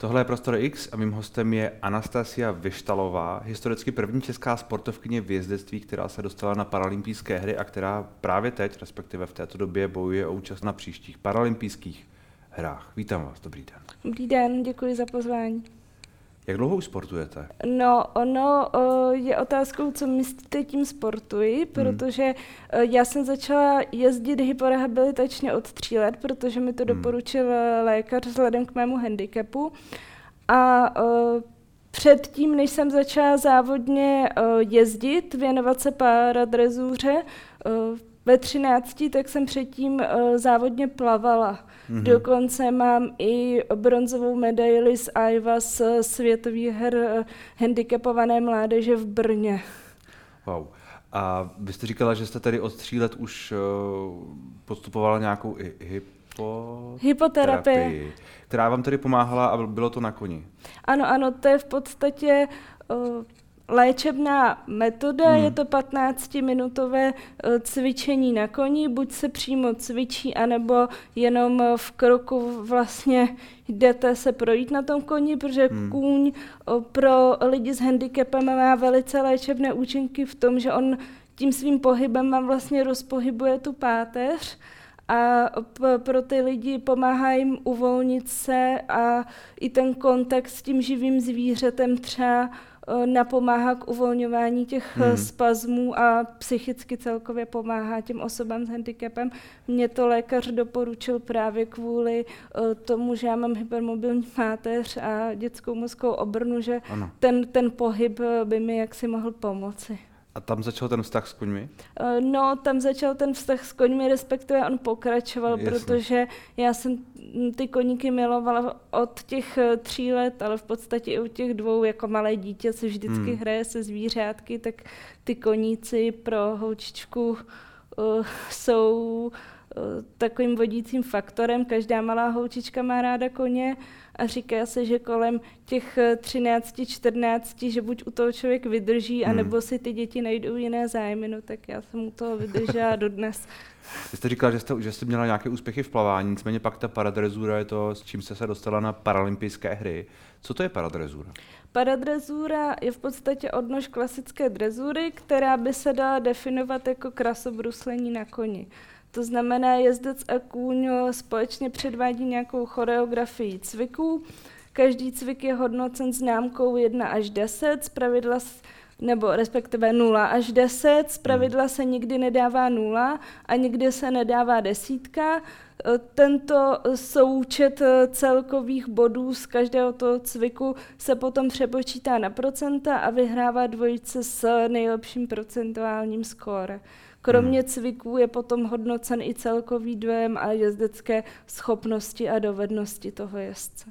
Tohle je Prostor X a mým hostem je Anastasia Vyštalová, historicky první česká sportovkyně v jezdectví, která se dostala na paralympijské hry a která právě teď, respektive v této době, bojuje o účast na příštích paralympijských hrách. Vítám vás, dobrý den. Dobrý den, děkuji za pozvání. Jak dlouho už sportujete? No, ono je otázkou, co myslíte tím sportuji, protože já jsem začala jezdit hyporehabilitačně od 3 let, protože mi to doporučil lékař vzhledem k mému handicapu. A předtím, než jsem začala závodně jezdit, věnovat se paradrezuře, ve 13, tak jsem předtím závodně plavala. Dokonce mám i bronzovou medaili z AIVA z světových her handicapované mládeže v Brně. Wow. A vy jste říkala, že jste tady od 3 let už podstupovala nějakou hypoterapii, která vám tedy pomáhala a bylo to na koni. Ano, to je v podstatě léčebná metoda, je to 15-minutové cvičení na koni, buď se přímo cvičí, anebo jenom v kroku vlastně jdete se projít na tom koni, protože kůň pro lidi s handicapem má velice léčebné účinky v tom, že on tím svým pohybem vám vlastně rozpohybuje tu páteř a pro ty lidi pomáhá jim uvolnit se a i ten kontakt s tím živým zvířetem třeba napomáhá k uvolňování těch spazmů a psychicky celkově pomáhá těm osobám s handicapem. Mně to lékař doporučil právě kvůli tomu, že já mám hypermobilní páteř a dětskou mozkovou obrnu, že ten pohyb by mi jaksi mohl pomoci. A tam začal ten vztah s koňmi? No, tam začal ten vztah s koňmi, respektive on pokračoval, protože já jsem ty koníky milovala od těch 3 let, ale v podstatě i od těch 2, jako malé dítě se vždycky hraje se zvířátky, tak ty koníci pro holčičku jsou takovým vodícím faktorem. Každá malá holčička má ráda koně a říká se, že kolem těch 13-14, že buď u toho člověk vydrží, anebo si ty děti najdou jiné zájmy, no tak já jsem u toho vydržela dodnes. Vy jste říkala, že jste měla nějaké úspěchy v plavání, nicméně pak ta paradrezura je to, s čím jste se dostala na paralympijské hry. Co to je paradrezura? Paradrezura je v podstatě odnož klasické drezury, která by se dala definovat jako krasobruslení na koni. To znamená, jezdec a kůň společně předvádí nějakou choreografii cviků. Každý cvik je hodnocen známkou 1 až 10, zpravidla, nebo respektive 0 až 10. Zpravidla se nikdy nedává 0 a nikdy se nedává 10. Tento součet celkových bodů z každého toho cviku se potom přepočítá na procenta a vyhrává dvojice s nejlepším procentuálním skóre. Kromě cviků je potom hodnocen i celkový dojem a jezdecké schopnosti a dovednosti toho jezdce.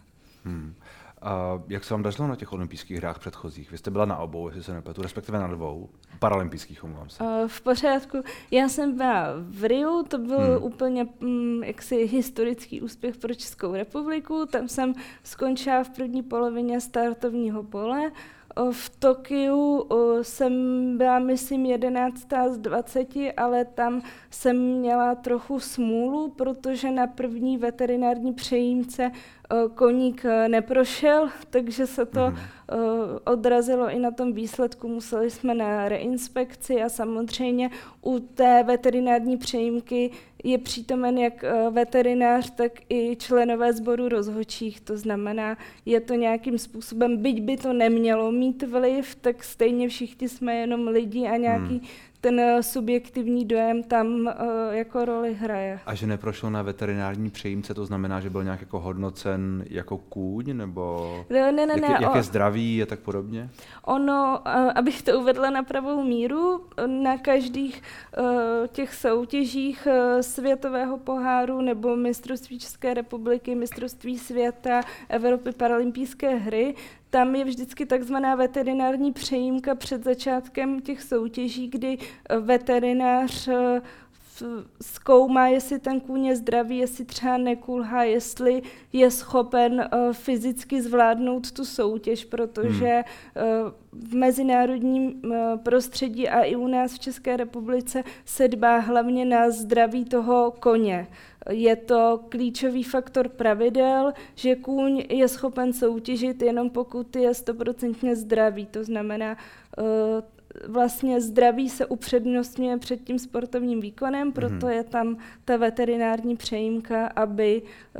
A jak se vám dařilo na těch olympijských hrách předchozích? Vy jste byla na obou, jestli se nepletu, respektive na 2 paralympijských, omlouvám se. V pořádku. Já jsem byla v Riu, to byl úplně jaksi historický úspěch pro Českou republiku. Tam jsem skončila v první polovině startovního pole. V Tokiu jsem byla, myslím, 11. z 20, ale tam jsem měla trochu smůlu, protože na první veterinární přejímce koník neprošel, takže se to odrazilo i na tom výsledku. Museli jsme na reinspekci a samozřejmě u té veterinární přejímky je přítomen jak veterinář, tak i členové sboru rozhodčích. To znamená, je to nějakým způsobem, byť by to nemělo mít vliv, tak stejně všichni jsme jenom lidi a nějaký ten subjektivní dojem tam jako roli hraje. A že neprošel na veterinární přejímce, to znamená, že byl nějak jako hodnocen jako kůň, nebo jak je zdraví a tak podobně? Ono, abych to uvedla na pravou míru, na každých těch soutěžích světového poháru nebo mistrovství České republiky, mistrovství světa, Evropy, paralympijské hry, tam je vždycky takzvaná veterinární přejímka před začátkem těch soutěží, kdy veterinář zkoumá, jestli ten kůň je zdravý, jestli třeba nekulhá, jestli je schopen fyzicky zvládnout tu soutěž, protože v mezinárodním prostředí a i u nás v České republice se dbá hlavně na zdraví toho koně. Je to klíčový faktor pravidel, že kůň je schopen soutěžit jenom pokud je 100% zdravý. To znamená, vlastně zdraví se upřednostňuje před tím sportovním výkonem, proto je tam ta veterinární přejímka, aby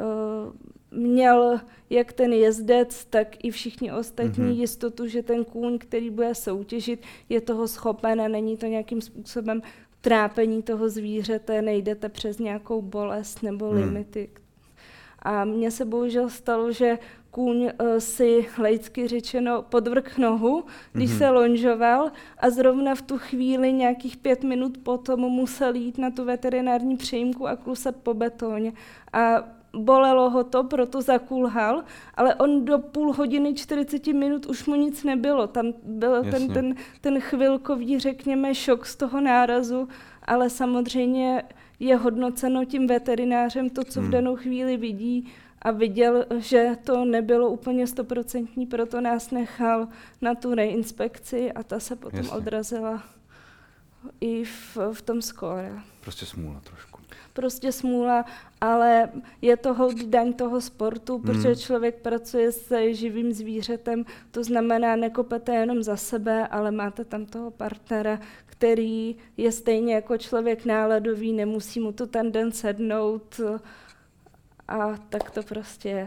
měl jak ten jezdec, tak i všichni ostatní jistotu, že ten kůň, který bude soutěžit, je toho schopen a není to nějakým způsobem trápení toho zvířete, nejdete přes nějakou bolest nebo limity. A mně se bohužel stalo, že kůň si laicky řečeno podvrh nohu, když se lonžoval a zrovna v tu chvíli nějakých 5 minut potom musel jít na tu veterinární přejímku a klusat po betoně. A bolelo ho to, proto zakulhal, ale on do půl hodiny 40 minut už mu nic nebylo. Tam byl ten chvilkový, řekněme, šok z toho nárazu, ale samozřejmě je hodnoceno tím veterinářem to, co v danou chvíli vidí, a viděl, že to nebylo úplně 100%, proto nás nechal na tu reinspekci a ta se potom odrazila i v tom skóre. Prostě smůla trošku. Prostě smůla, ale je to holt daň toho sportu, protože člověk pracuje s živým zvířetem, to znamená, nekopete jenom za sebe, ale máte tam toho partnera, který je stejně jako člověk náladový, nemusí mu to ten den sednout a tak to prostě je.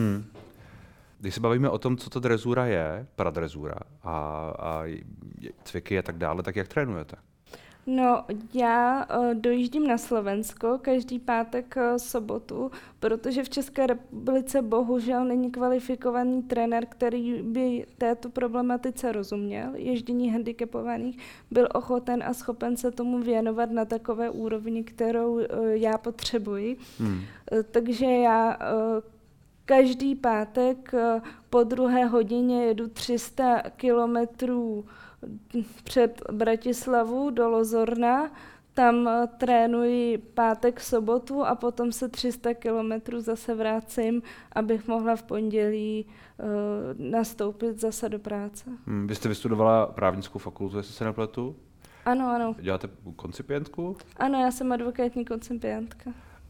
Když se bavíme o tom, co to dresura je, paradresura a cviky a tak dále, tak jak trénujete? No, já dojíždím na Slovensko každý pátek, sobotu, protože v České republice bohužel není kvalifikovaný trenér, který by této problematice rozuměl. Ježdění handicapovaných byl ochoten a schopen se tomu věnovat na takové úrovni, kterou já potřebuji. Takže já každý pátek po 2. hodině jedu 300 kilometrů před Bratislavu do Lozorna, tam trénuji pátek, sobotu a potom se 300 kilometrů zase vracím, abych mohla v pondělí nastoupit zase do práce. Vy jste vystudovala právnickou fakultu, jestli se nepletu? Ano, ano. Děláte koncipientku? Ano, já jsem advokátní koncipientka.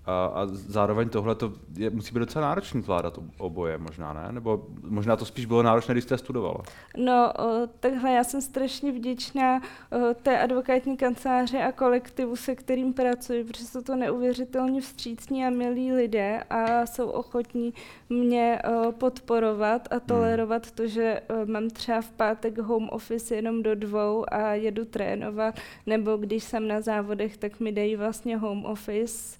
A zároveň tohle musí být docela náročný zvládat oboje možná, ne? Nebo možná to spíš bylo náročné, když jste studovala? No, takhle já jsem strašně vděčná té advokátní kanceláři a kolektivu, se kterým pracuji, protože jsou to neuvěřitelně vstřícní a milí lidé a jsou ochotní mě podporovat a tolerovat to, že mám třeba v pátek home office jenom do 2 a jedu trénovat, nebo když jsem na závodech, tak mi dají vlastně home office,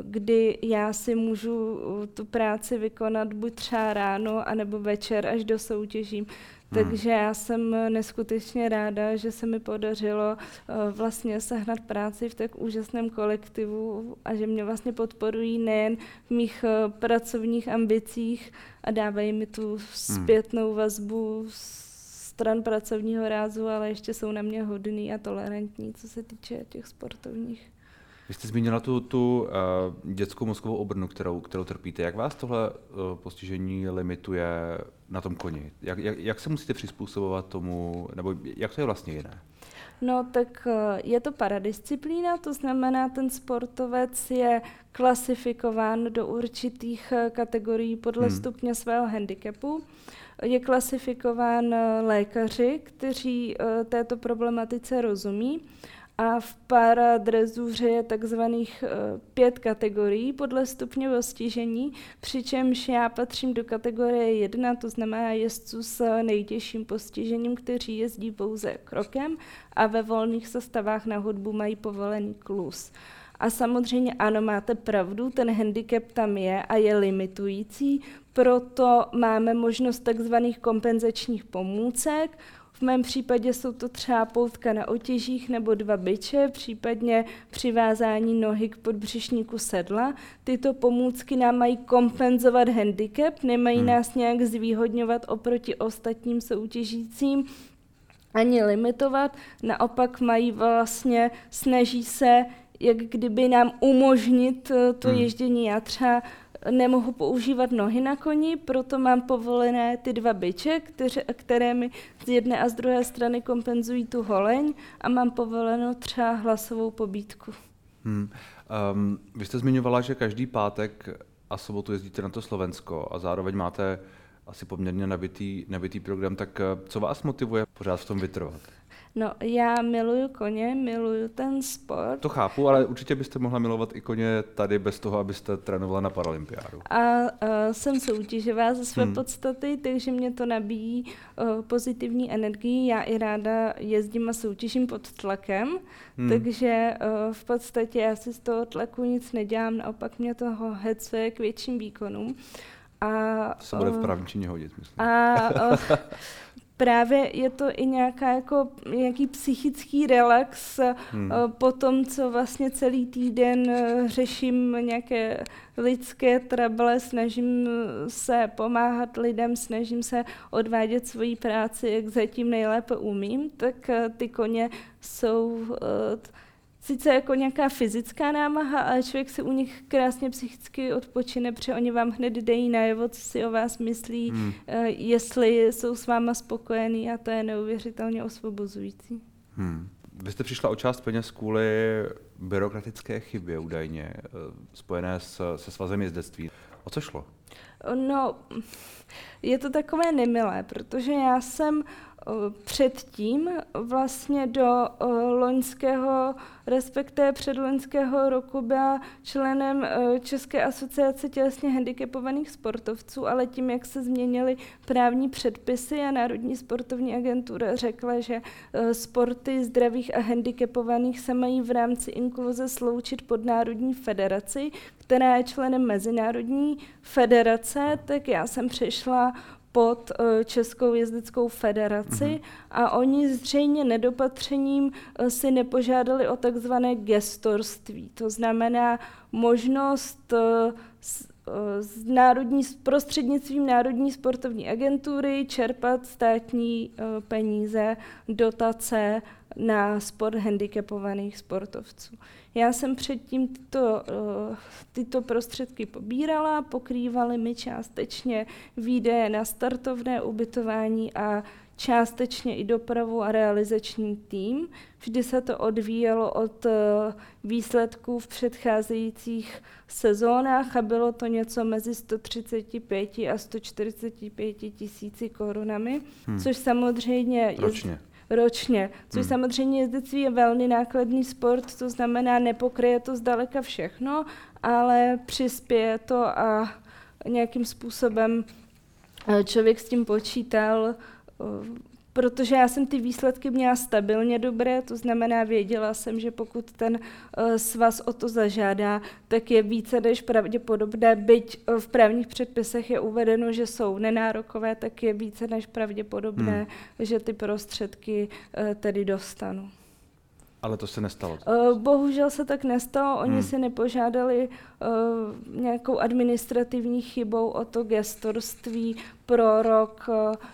kdy já si můžu tu práci vykonat buď třeba ráno, anebo večer až do soutěžím. Takže já jsem neskutečně ráda, že se mi podařilo vlastně sehnat práci v tak úžasném kolektivu a že mě vlastně podporují nejen v mých pracovních ambicích a dávají mi tu zpětnou vazbu stran pracovního rázu, ale ještě jsou na mě hodný a tolerantní, co se týče těch sportovních. Vy jste zmínila tu dětskou mozkovou obrnu, kterou trpíte. Jak vás tohle postižení limituje na tom koni? Jak se musíte přizpůsobovat tomu, nebo jak to je vlastně jiné? No tak je to paradisciplína, to znamená, ten sportovec je klasifikován do určitých kategorií podle stupně svého handicapu. Je klasifikován lékaři, kteří této problematice rozumí. A v paradrezuře je takzvaných 5 kategorií podle stupně postižení, přičemž já patřím do kategorie 1, to znamená jezdců s nejtěžším postižením, kteří jezdí pouze krokem a ve volných sestavách na hudbu mají povolený klus. A samozřejmě ano, máte pravdu, ten handicap tam je a je limitující, proto máme možnost takzvaných kompenzačních pomůcek. V mém případě jsou to třeba poutka na otěžích nebo 2 biče, případně přivázání nohy k podbřišníku sedla. Tyto pomůcky nám mají kompenzovat handicap, nemají nás nějak zvýhodňovat oproti ostatním soutěžícím, ani limitovat, naopak snaží se jak kdyby nám umožnit to ježdění. Já třeba nemohu používat nohy na koni, proto mám povolené ty 2 biče, které mi z jedné a z druhé strany kompenzují tu holeň a mám povolenou třeba hlasovou pobídku. Vy jste zmiňovala, že každý pátek a sobotu jezdíte na to Slovensko a zároveň máte asi poměrně nabitý program, tak co vás motivuje pořád v tom vytrvat? No, já miluju koně, miluju ten sport. To chápu, ale určitě byste mohla milovat i koně tady bez toho, abyste trénovala na paralympiádu. A jsem soutěživá ze své podstaty, takže mě to nabíjí pozitivní energii. Já i ráda jezdím a soutěžím pod tlakem, takže v podstatě já si z toho tlaku nic nedělám, naopak mě toho hecuje k větším výkonům. To se bude v právničině hodit, myslím. Právě je to i nějaký psychický relax po tom, co vlastně celý týden řeším nějaké lidské trable, snažím se pomáhat lidem, snažím se odvádět svoji práci, jak zatím nejlépe umím, tak ty koně jsou sice jako nějaká fyzická námaha, ale člověk se u nich krásně psychicky odpočine, protože oni vám hned dejí najevo, co si o vás myslí, jestli jsou s váma spokojení a to je neuvěřitelně osvobozující. Vy jste přišla o část peněz kvůli byrokratické chybě údajně, spojené se svazem jezdectví. O co šlo? No, je to takové nemilé, protože já jsem předtím vlastně do loňského, respektive předloňského roku byla členem České asociace tělesně handicapovaných sportovců, ale tím, jak se změnily právní předpisy a Národní sportovní agentura řekla, že sporty zdravých a handicapovaných se mají v rámci inkluze sloučit pod Národní federaci, která je členem Mezinárodní federace, tak já jsem přešla pod Českou jezdeckou federaci a oni zřejmě nedopatřením si nepožádali o takzvané gestorství. To znamená možnost prostřednictvím Národní sportovní agentury čerpat státní peníze, dotace na sport handicapovaných sportovců. Já jsem předtím tyto prostředky pobírala, pokrývaly mi částečně výdaje na startovné, ubytování a částečně i dopravu a realizační tým. Vždy se to odvíjelo od výsledků v předcházejících sezónách a bylo to něco mezi 135 a 145 tisíci korunami, což samozřejmě ročně, což samozřejmě jezdectví je velmi nákladný sport, to znamená, nepokryje to zdaleka všechno, ale přispěje to a nějakým způsobem člověk s tím počítal, protože já jsem ty výsledky měla stabilně dobré, to znamená, věděla jsem, že pokud ten svaz o to zažádá, tak je více než pravděpodobné, byť v právních předpisech je uvedeno, že jsou nenárokové, tak je více než pravděpodobné, že ty prostředky tedy dostanu. Ale to se nestalo? Bohužel se tak nestalo. Oni si nepožádali nějakou administrativní chybou o to gestorství pro rok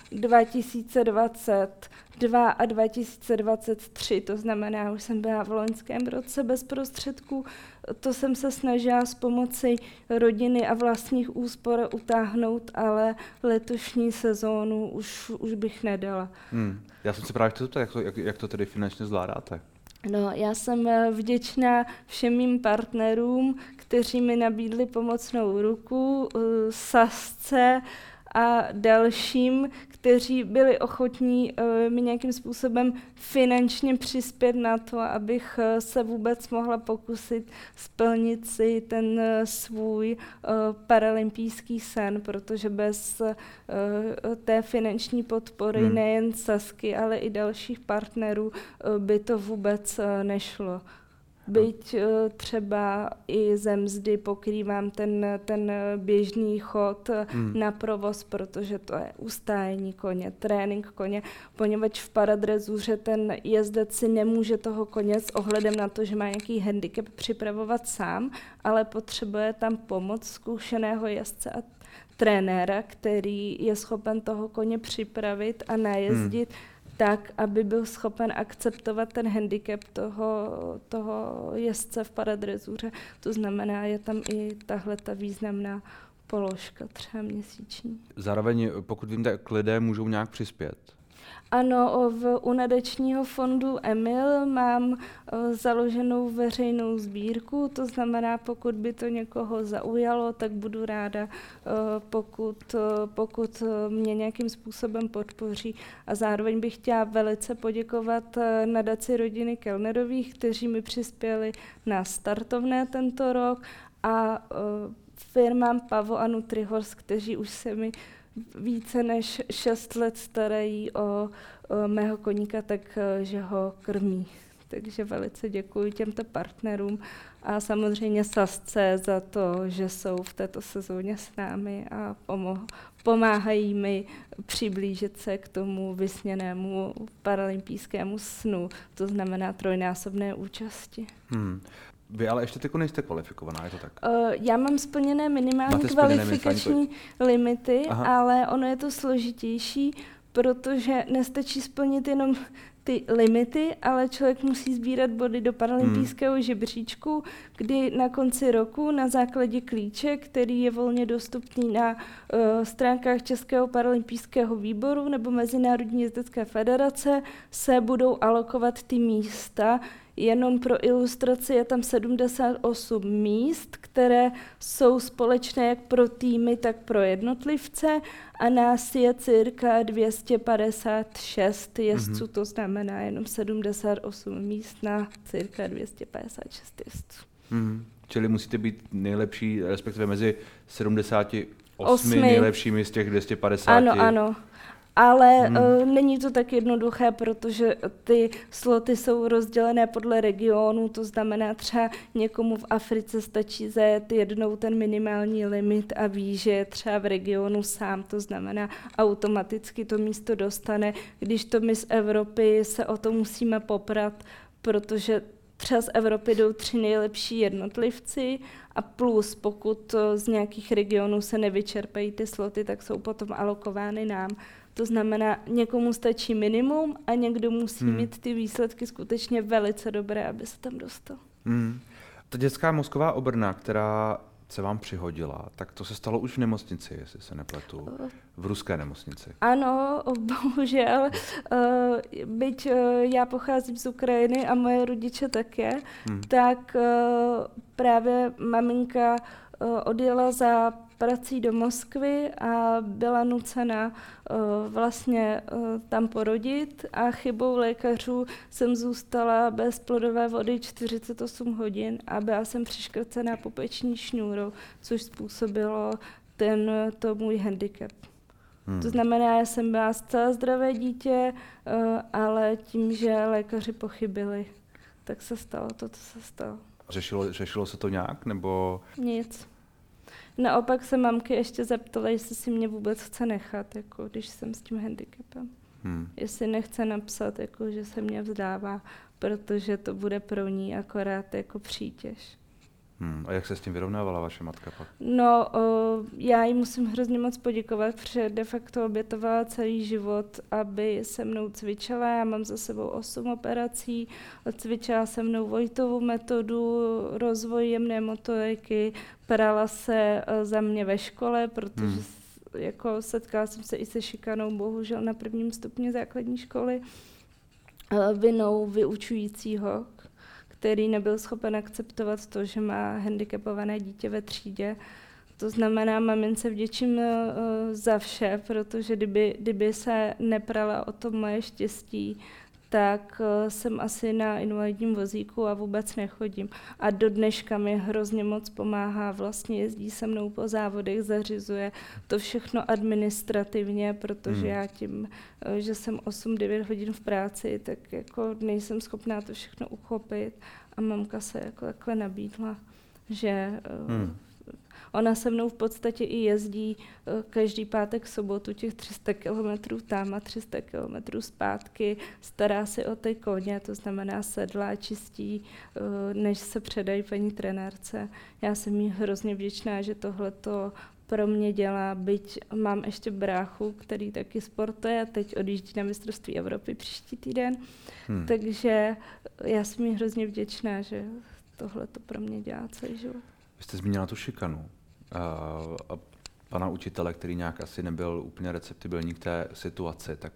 2022 a 2023. To znamená, už jsem byla v loňském roce bez prostředků. To jsem se snažila s pomocí rodiny a vlastních úspor utáhnout, ale letošní sezónu už bych nedala. Já jsem se právě chtěl zeptat, jak to tedy finančně zvládáte? No, já jsem vděčná všem mým partnerům, kteří mi nabídli pomocnou ruku, Sasce a dalším, kteří byli ochotní mi nějakým způsobem finančně přispět na to, abych se vůbec mohla pokusit splnit si ten svůj paralympijský sen, protože bez té finanční podpory nejen Sasky, ale i dalších partnerů by to vůbec nešlo. Byť třeba i ze mzdy pokrývám ten běžný chod na provoz, protože to je ustájení koně, trénink koně, poněvadž v paradrezuře ten jezdec si nemůže toho koně s ohledem na to, že má nějaký handicap, připravovat sám, ale potřebuje tam pomoc zkušeného jezdce a trenéra, který je schopen toho koně připravit a najezdit tak, aby byl schopen akceptovat ten handicap toho jezdce v paradrezuře. To znamená, je tam i tahle ta významná položka třeba měsíční. Zároveň, pokud vím, tak lidé můžou nějak přispět. Ano, u nadačního fondu Emil mám založenou veřejnou sbírku, to znamená, pokud by to někoho zaujalo, tak budu ráda, pokud mě nějakým způsobem podpoří. A zároveň bych chtěla velice poděkovat nadaci rodiny Kellnerových, kteří mi přispěli na startovné tento rok, a firmám Pavo a Nutrihorse, kteří už se mi více než 6 let starají o mého koníka, takže ho krmí. Takže velice děkuji těmto partnerům a samozřejmě Sasce za to, že jsou v této sezóně s námi a pomáhají mi přiblížit se k tomu vysněnému paralympijskému snu, to znamená 3násobné účasti. Vy ale ještě tyko nejste kvalifikovaná, je to tak? Já mám splněné minimální kvalifikační limity, ale ono je to složitější, protože nestačí splnit jenom ty limity, ale člověk musí sbírat body do paralympijského žebříčku, kdy na konci roku na základě klíče, který je volně dostupný na stránkách Českého paralympijského výboru nebo Mezinárodní jezdecké federace, se budou alokovat ty místa. Jenom pro ilustraci je tam 78 míst, které jsou společné jak pro týmy, tak pro jednotlivce a nás je cirka 256 jezdců, to znamená jenom 78 míst na cirka 256 jezdců. Čili musíte být nejlepší, respektive mezi 78 nejlepšími z těch 250. Ano. Ale není to tak jednoduché, protože ty sloty jsou rozdělené podle regionu, to znamená třeba někomu v Africe stačí zajet jednou ten minimální limit a ví, že je třeba v regionu sám, to znamená automaticky to místo dostane, když to my z Evropy se o to musíme poprat, protože třeba z Evropy jdou 3 nejlepší jednotlivci a plus pokud z nějakých regionů se nevyčerpají ty sloty, tak jsou potom alokovány nám. To znamená, někomu stačí minimum a někdo musí mít ty výsledky skutečně velice dobré, aby se tam dostal. Ta dětská mozková obrna, která se vám přihodila, tak to se stalo už v nemocnici, jestli se nepletu, v ruské nemocnici. Ano, bohužel, byť já pocházím z Ukrajiny a moje rodiče také, tak právě maminka odjela za prací do Moskvy a byla nucena vlastně tam porodit a chybou lékařů jsem zůstala bez plodové vody 48 hodin a byla jsem přiškrcená pupeční šňůrou, což způsobilo to můj handicap. To znamená, já jsem byla zcela zdravé dítě, ale tím, že lékaři pochybili, tak se stalo to, co se stalo. Řešilo se to nějak, nebo? Nic. Naopak se mamky ještě zeptala, jestli si mě vůbec chce nechat, jako když jsem s tím handicapem. Jestli nechce napsat, jako, že se mě vzdává, protože to bude pro ní akorát jako přítěž. A jak se s tím vyrovnávala vaše matka pak? No, já jí musím hrozně moc poděkovat, protože de facto obětovala celý život, aby se mnou cvičila. Já mám za sebou 8 operací, cvičila se mnou Vojtovu metodu, rozvoj jemné motoriky, prala se za mě ve škole, protože jako setkala jsem se i se šikanou, bohužel na 1. stupni základní školy, vinou vyučujícího, který nebyl schopen akceptovat to, že má handicapované dítě ve třídě. To znamená, mamince vděčím za vše, protože kdyby se neprala o to moje štěstí, tak jsem asi na invalidním vozíku a vůbec nechodím. A do dneška mi hrozně moc pomáhá, vlastně jezdí se mnou po závodech, zařizuje to všechno administrativně, protože já tím, že jsem 8-9 hodin v práci, tak jako nejsem schopná to všechno uchopit. A mamka se jako takhle nabídla, že ona se mnou v podstatě i jezdí každý pátek, sobotu těch 300 kilometrů tam a 300 kilometrů zpátky, stará se o ty koně, to znamená sedlá, čistí, než se předají paní trenérce. Já jsem jí hrozně vděčná, že tohleto pro mě dělá, byť mám ještě bráchu, který taky sportuje a teď odjíždí na mistrovství Evropy příští týden. Takže já jsem jí hrozně vděčná, že tohle to pro mě dělá celý život. Vy jste zmínila tu šikanu a pana učitele, který nějak asi nebyl úplně receptibilní k té situaci, tak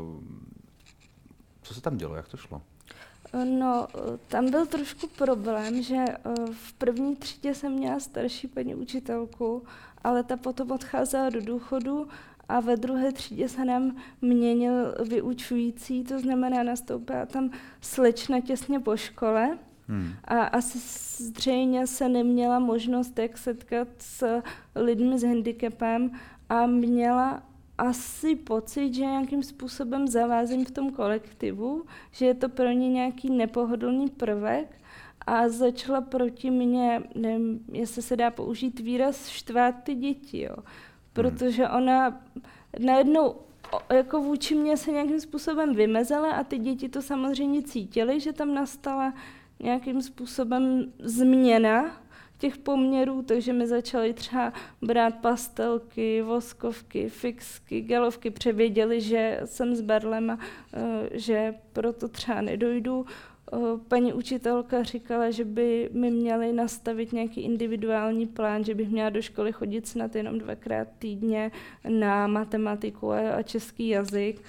co se tam dělo, jak to šlo? No, tam byl trošku problém, že v první třídě jsem měla starší paní učitelku, ale ta potom odcházela do důchodu a ve druhé třídě se nám měnil vyučující, to znamená nastoupila tam slečna těsně po škole a asi zřejmě se neměla možnost jak setkat s lidmi s handicapem a měla asi pocit, že nějakým způsobem zavázím v tom kolektivu, že je to pro ně nějaký nepohodlný prvek a začala proti mně, nevím, jestli se dá použít výraz, štvát ty děti, jo. Protože ona najednou jako vůči mně se nějakým způsobem vymezela a ty děti to samozřejmě cítily, že tam nastala nějakým způsobem změna těch poměrů, takže mi začaly třeba brát pastelky, voskovky, fixky, gelovky, převěděli, že jsem s berlem a že proto třeba nedojdu. Paní učitelka říkala, že by mi měli nastavit nějaký individuální plán, že bych měla do školy chodit snad jenom 2krát týdně na matematiku a český jazyk.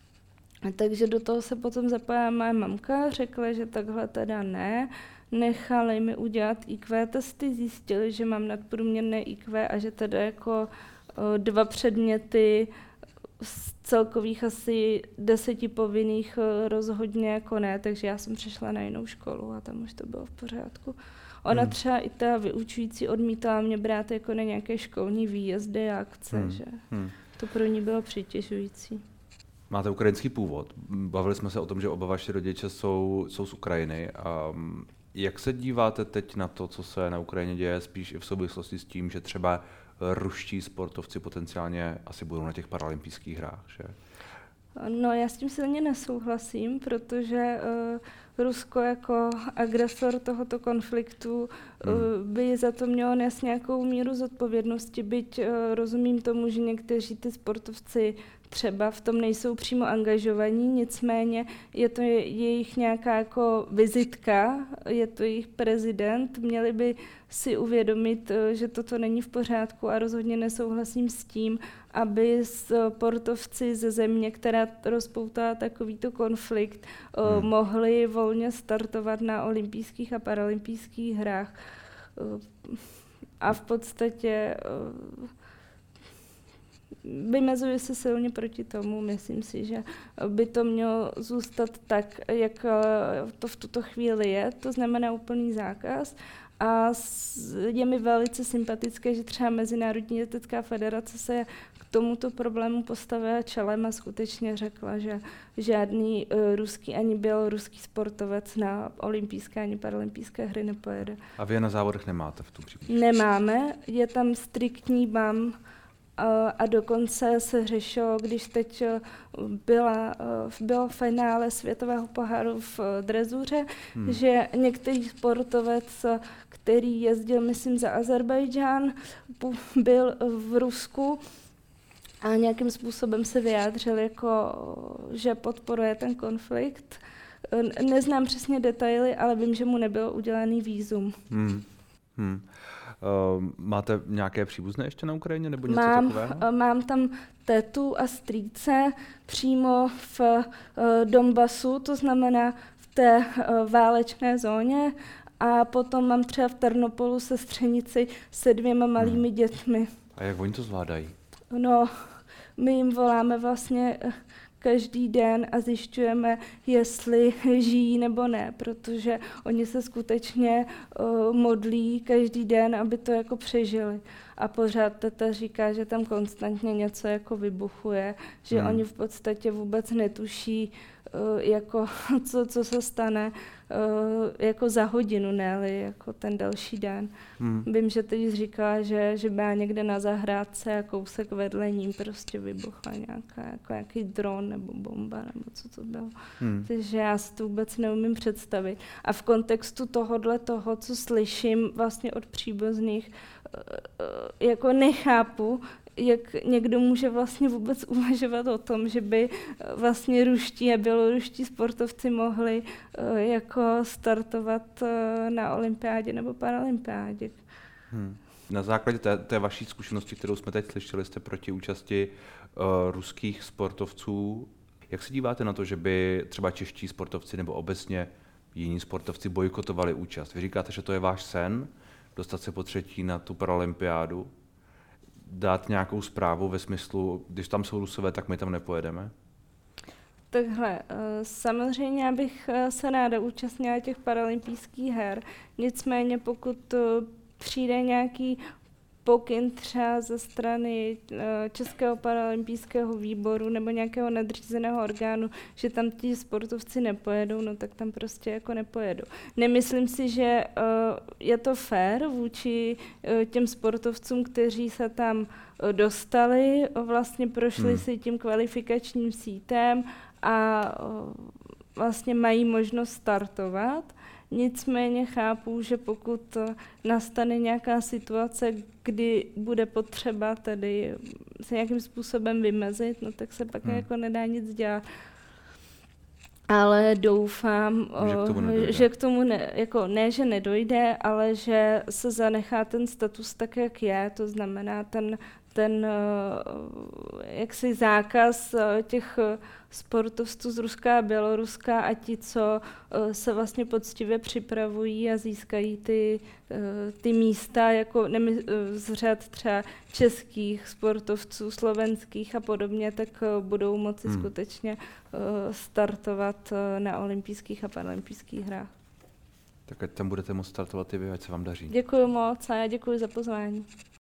Takže do toho se potom zapojila moje mamka, řekla, že takhle teda ne. Nechali mi udělat IQ testy, zjistili, že mám nadprůměrné IQ a že teda jako 2 předměty z celkových asi 10 povinných rozhodně jako ne, takže já jsem přešla na jinou školu a tam už to bylo v pořádku. Ona třeba i ta vyučující odmítala mě brát jako na nějaké školní výjezdy a akce, že to pro ní bylo přitěžující. Máte ukrajinský původ. Bavili jsme se o tom, že oba vaši rodiče jsou z Ukrajiny. Jak se díváte teď na to, co se na Ukrajině děje, spíš i v souvislosti s tím, že třeba ruští sportovci potenciálně asi budou na těch paralympijských hrách, že? No, já s tím silně nesouhlasím, protože Rusko jako agresor tohoto konfliktu by za to mělo nést nějakou míru zodpovědnosti, byť rozumím tomu, že někteří ty sportovci třeba v tom nejsou přímo angažovaní, nicméně je to jejich nějaká jako vizitka, je to jejich prezident, měli by si uvědomit, že toto není v pořádku a rozhodně nesouhlasím s tím, aby sportovci ze země, která rozpoutá takovýto konflikt, mohli volně startovat na olympijských a paralympijských hrách. A v podstatě vymezuji se silně proti tomu, myslím si, že by to mělo zůstat tak, jak to v tuto chvíli je, to znamená úplný zákaz. A je mi velice sympatické, že třeba Mezinárodní letecká federace se k tomuto problému postavila čelem a skutečně řekla, že žádný ruský ani běloruský sportovec na olympijské ani paralympijské hry nepojede. A vy je na závodech nemáte v tom případě? Nemáme, je tam striktní BAM, a dokonce se řešilo, když teď bylo finále světového poháru v drezuře, že některý sportovec, který jezdil, myslím, za Azerbajdžán, byl v Rusku a nějakým způsobem se vyjádřil, jako, že podporuje ten konflikt. Neznám přesně detaily, ale vím, že mu nebylo udělený vízum. Máte nějaké příbuzné ještě na Ukrajině nebo něco takového? Mám tam tetu a strýce přímo v Donbasu, to znamená v té válečné zóně, a potom mám třeba v Ternopolu sestřenici se 2 malými dětmi. A jak oni to zvládají? No, my jim voláme vlastně každý den a zjišťujeme, jestli žijí nebo ne, protože oni se skutečně modlí každý den, aby to jako přežili. A pořád teta říká, že tam konstantně něco jako vybuchuje, že oni v podstatě vůbec netuší, jako co se stane jako za hodinu, ne jako ten další den. Vím, že teď říká, že byla někde na zahrádce a kousek vedle ním prostě vybuchla nějaký dron nebo bomba nebo co to bylo. Takže já si to vůbec neumím představit. A v kontextu toho, co slyším vlastně od příbuzných, jako nechápu, jak někdo může vlastně vůbec uvažovat o tom, že by vlastně ruští a běloruští sportovci mohli jako startovat na olympiádě nebo paralympiádě. Na základě té vaší zkušenosti, kterou jsme teď slyšeli, jste proti účasti ruských sportovců. Jak se díváte na to, že by třeba čeští sportovci nebo obecně jiní sportovci bojkotovali účast? Vy říkáte, že to je váš sen, dostat se po třetí na tu paralympiádu, dát nějakou zprávu ve smyslu, když tam jsou Rusové, tak my tam nepojedeme? Takhle, samozřejmě bych se ráda účastnila těch paralympijských her, nicméně pokud přijde nějaký pokyn třeba ze strany Českého paralympijského výboru nebo nějakého nadřízeného orgánu, že tam ti sportovci nepojedou, no tak tam prostě jako nepojedou. Nemyslím si, že je to fér vůči těm sportovcům, kteří se tam dostali, vlastně prošli si tím kvalifikačním sítem a vlastně mají možnost startovat. Nicméně chápu, že pokud nastane nějaká situace, kdy bude potřeba tedy se nějakým způsobem vymezit, no tak se pak jako nedá nic dělat. Ale doufám, že k tomu ne, že nedojde, ale že se zanechá ten status tak, jak je, to znamená ten jaksi zákaz těch sportovců z Ruska a Běloruska a ti, co se vlastně poctivě připravují a získají ty místa jako z řad třeba českých sportovců, slovenských a podobně, tak budou moci skutečně startovat na olympijských a paralympijských hrách. Tak ať tam budete moct startovat i vy, ať se vám daří. Děkuji moc a já děkuji za pozvání.